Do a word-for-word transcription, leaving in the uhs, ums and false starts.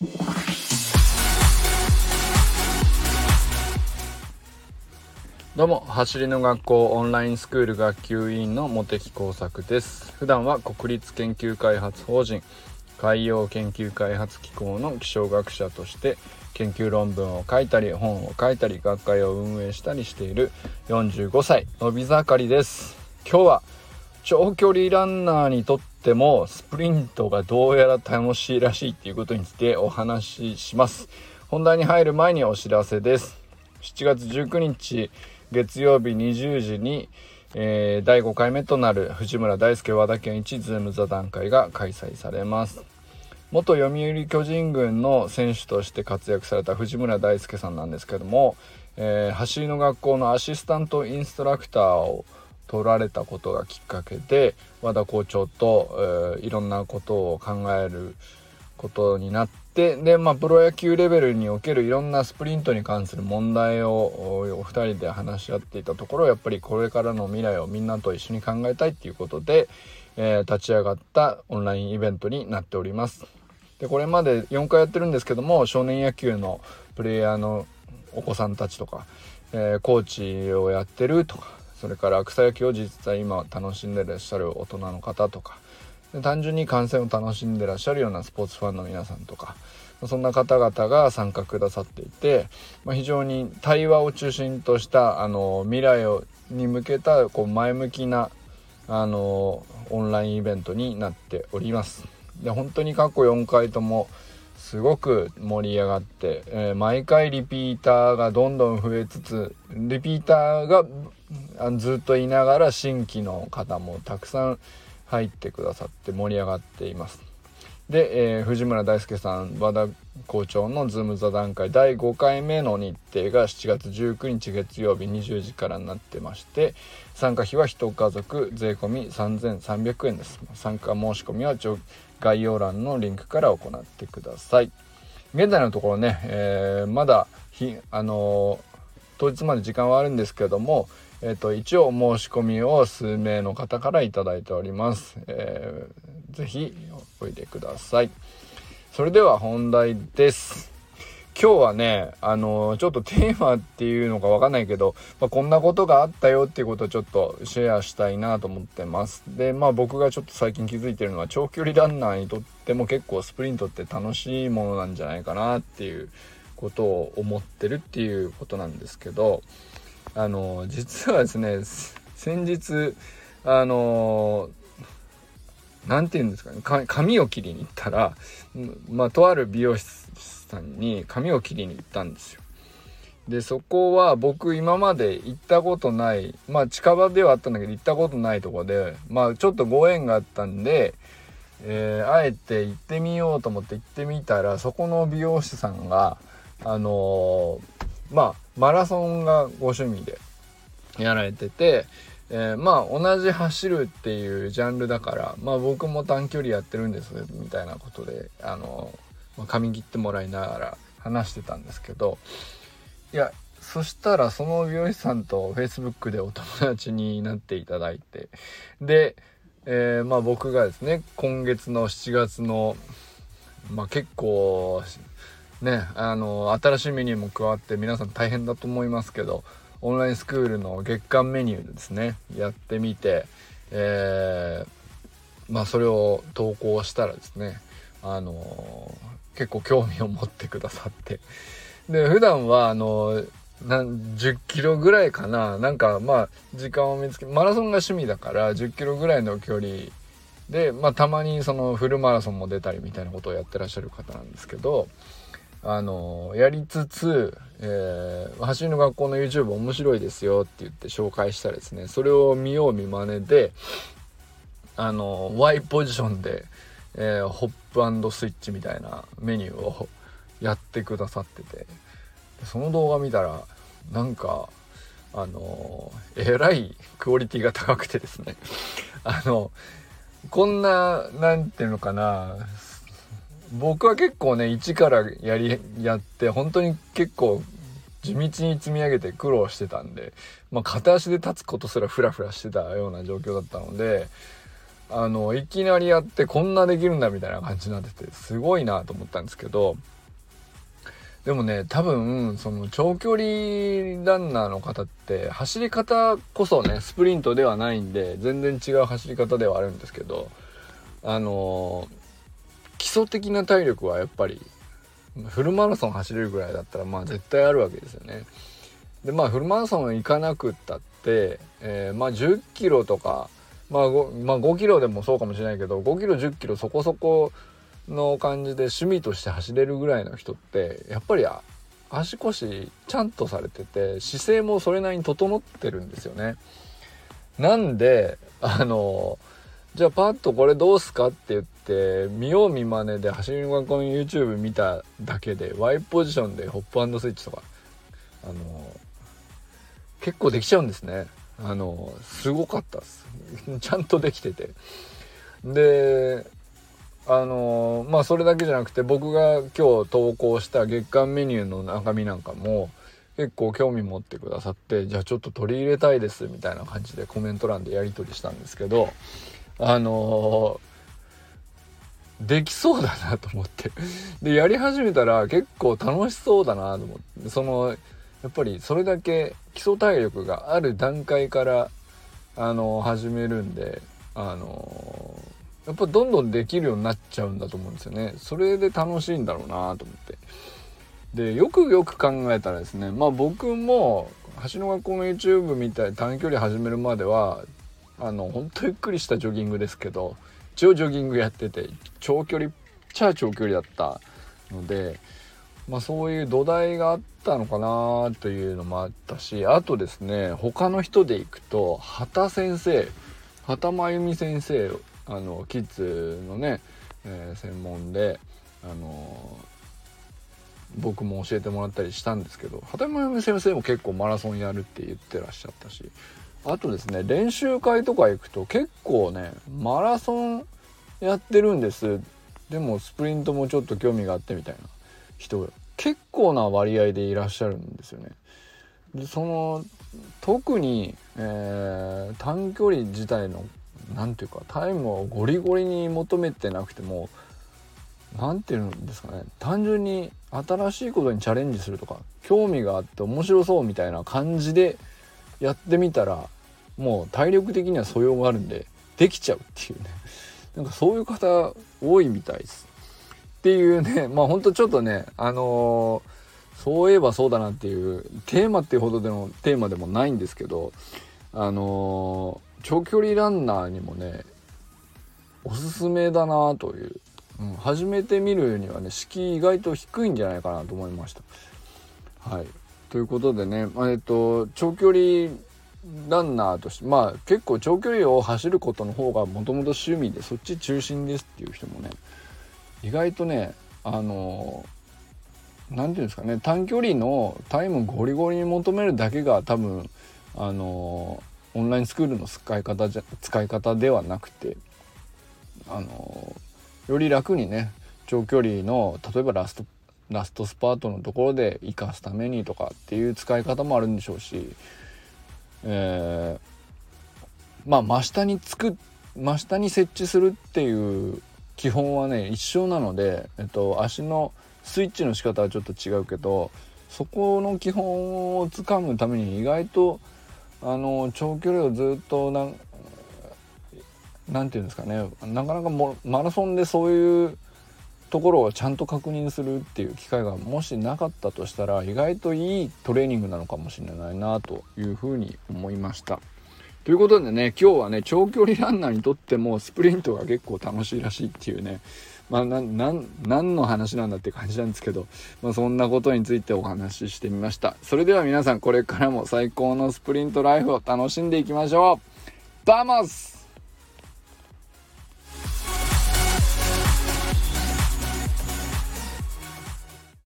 どうも、走りの学校オンラインスクール学級委員の茂木耕作です。普段は国立研究開発法人海洋研究開発機構の気象学者として研究論文を書いたり本を書いたり学会を運営したりしているよんじゅうごさいのび盛りです。今日は長距離ランナーにとってもスプリントがどうやら楽しいらしいということについてお話しします。本題に入る前にお知らせです。しちがつじゅうくにち月曜日にじゅうじに、えー、だいごかいめとなる藤村大輔和田健一ズーム座談会が開催されます。元読売巨人軍の選手として活躍された藤村大輔さんなんですけども、えー、走りの学校のアシスタントインストラクターを取られたことがきっかけで和田校長と、えー、いろんなことを考えることになってで、まあ、プロ野球レベルにおけるいろんなスプリントに関する問題をお二人で話し合っていたところ、やっぱりこれからの未来をみんなと一緒に考えたいということで、えー、立ち上がったオンラインイベントになっております。でこれまでよんかいやってるんですけども、少年野球のプレイヤーのお子さんたちとか、えー、コーチをやってるとか、それから草野球を実際今楽しんでいらっしゃる大人の方とか、単純に観戦を楽しんでらっしゃるようなスポーツファンの皆さんとか、そんな方々が参加くださっていて、まあ、非常に対話を中心としたあの未来をに向けたこう前向きなあのオンラインイベントになっております。で本当に過去よんかいともすごく盛り上がって、えー、毎回リピーターがどんどん増えつつ、リピーターがずっといながら新規の方もたくさん入ってくださって盛り上がっています。で、えー、藤村大輔さん和田校長のズーム座談会だいごかいめの日程がしちがつじゅうくにち月曜日にじゅうじからになってまして、参加費は一家族税込みさんぜんさんびゃくえんです。参加申し込みは概要欄のリンクから行ってください。現在のところね、えー、まだひあのー、当日まで時間はあるんですけども、えー、と一応申し込みを数名の方からいただいております。えー、ぜひおいでください。それでは本題です。今日はね、あのー、ちょっとテーマっていうのかわかんないけど、まあ、こんなことがあったよっていうことをちょっとシェアしたいなと思ってます。で、まあ僕がちょっと最近気づいてるのは、長距離ランナーにとっても結構スプリントって楽しいものなんじゃないかなっていうことを思ってるっていうことなんですけど、あの実はですね、先日あのなんていうんですかね、髪を切りに行ったら、まあとある美容師さんに髪を切りに行ったんですよ。でそこは僕今まで行ったことない、まあ近場ではあったんだけど行ったことないとこで、まあちょっとご縁があったんで、えー、あえて行ってみようと思って行ってみたら、そこの美容師さんがあのー、まあマラソンがご趣味でやられてて、えー、まあ同じ走るっていうジャンルだから、まあ僕も短距離やってるんですみたいなことで、あのー、髪切ってもらいながら話してたんですけど、いやそしたらその美容師さんと Facebook でお友達になっていただいて、で、えー、まあ僕がですね、今月のしちがつのまあ結構ね、あの新しいメニューも加わって皆さん大変だと思いますけど、オンラインスクールの月間メニューでですねやってみて、えー、まあそれを投稿したらですね、あの結構興味を持ってくださって、で普段はあのなんじゅっキロぐらいかな、なんかまあ時間を見つけ、マラソンが趣味だからじゅっキロぐらいの距離で、まあたまにそのフルマラソンも出たりみたいなことをやってらっしゃる方なんですけど、あのやりつつ、えー、走りの学校の YouTube 面白いですよって言って紹介したらですね、それを見よう見まねで、あの Y ポジションで、えー、ホップ&スイッチみたいなメニューをやってくださってて、その動画見たらなんかあのえらいクオリティが高くてですねあのこんななんていうのかな、僕は結構ね一からやりやって本当に結構地道に積み上げて苦労してたんで、まあ片足で立つことすらフラフラしてたような状況だったので、 あのいきなりやってこんなできるんだみたいな感じになっててすごいなと思ったんですけど、でもね多分その長距離ランナーの方って走り方こそねスプリントではないんで全然違う走り方ではあるんですけど、あの基礎的な体力はやっぱりフルマラソン走れるぐらいだったらまあ絶対あるわけですよね。でまあフルマラソン行かなくったって、えー、まあじゅっキロとか、まあ 5, まあごキロでもそうかもしれないけどごキロじゅっキロそこそこの感じで趣味として走れるぐらいの人ってやっぱり足腰ちゃんとされてて姿勢もそれなりに整ってるんですよね。なんであのじゃあパッとこれどうすかって言って見よう見まねで走りの学校の YouTube 見ただけで Y ポジションでホップ&スイッチとかあの結構できちゃうんですね。あのすごかったですちゃんとできてて、であのまあそれだけじゃなくて僕が今日投稿した月間メニューの中身なんかも結構興味持ってくださって、じゃあちょっと取り入れたいですみたいな感じでコメント欄でやり取りしたんですけど、あのー、できそうだなと思ってでやり始めたら結構楽しそうだなと思って、そのやっぱりそれだけ基礎体力がある段階からあのー、始めるんで、あのー、やっぱどんどんできるようになっちゃうんだと思うんですよね。それで楽しいんだろうなと思って、でよくよく考えたらですね、まあ僕も橋の学校の YouTube みたい短距離始めるまではあのほんとゆっくりしたジョギングですけど、一応ジョギングやってて長距離っちゃ長距離だったので、まあそういう土台があったのかなというのもあったし、あとですね他の人でいくと畑先生畑真由美先生、あのキッズのね、えー、専門であの僕も教えてもらったりしたんですけど、畑真由美先生も結構マラソンやるって言ってらっしゃったし、あとですね練習会とか行くと結構ねマラソンやってるんです、でもスプリントもちょっと興味があってみたいな人が結構な割合でいらっしゃるんですよね。でその特に、えー、短距離自体のなんていうかタイムをゴリゴリに求めてなくても、なんていうんですかね、単純に新しいことにチャレンジするとか興味があって面白そうみたいな感じでやってみたらもう体力的には素養があるんでできちゃうっていうね、なんかそういう方多いみたいですっていうね。まあほんとちょっとねあのー、そういえばそうだなっていうテーマっていうほどでのテーマでもないんですけど、あのー、長距離ランナーにもねおすすめだなという、うん、始めてみるにはね敷居意外と低いんじゃないかなと思いました。はい、ということでね、えっと長距離ランナーとしてまあ結構長距離を走ることの方がもともと趣味でそっち中心ですっていう人もね意外とねあのなんていうんですかね、短距離のタイムゴリゴリに求めるだけが多分あのオンラインスクールの使い方じゃ使い方ではなくて、あのより楽にね長距離の例えばラストラストスパートのところで生かすためにとかっていう使い方もあるんでしょうし、えー、まあ真下につく真下に設置するっていう基本はね一緒なので、えっと、足のスイッチの仕方はちょっと違うけどそこの基本をつかむために意外とあの長距離をずっとなんなんていうんですかね、なかなかもマラソンでそういうところをちゃんと確認するっていう機会がもしなかったとしたら意外といいトレーニングなのかもしれないなというふうに思いました。ということでね今日はね長距離ランナーにとってもスプリントが結構楽しいらしいっていうね、まあななん何の話なんだって感じなんですけど、まあ、そんなことについてお話ししてみました。それでは皆さんこれからも最高のスプリントライフを楽しんでいきましょう。バモス。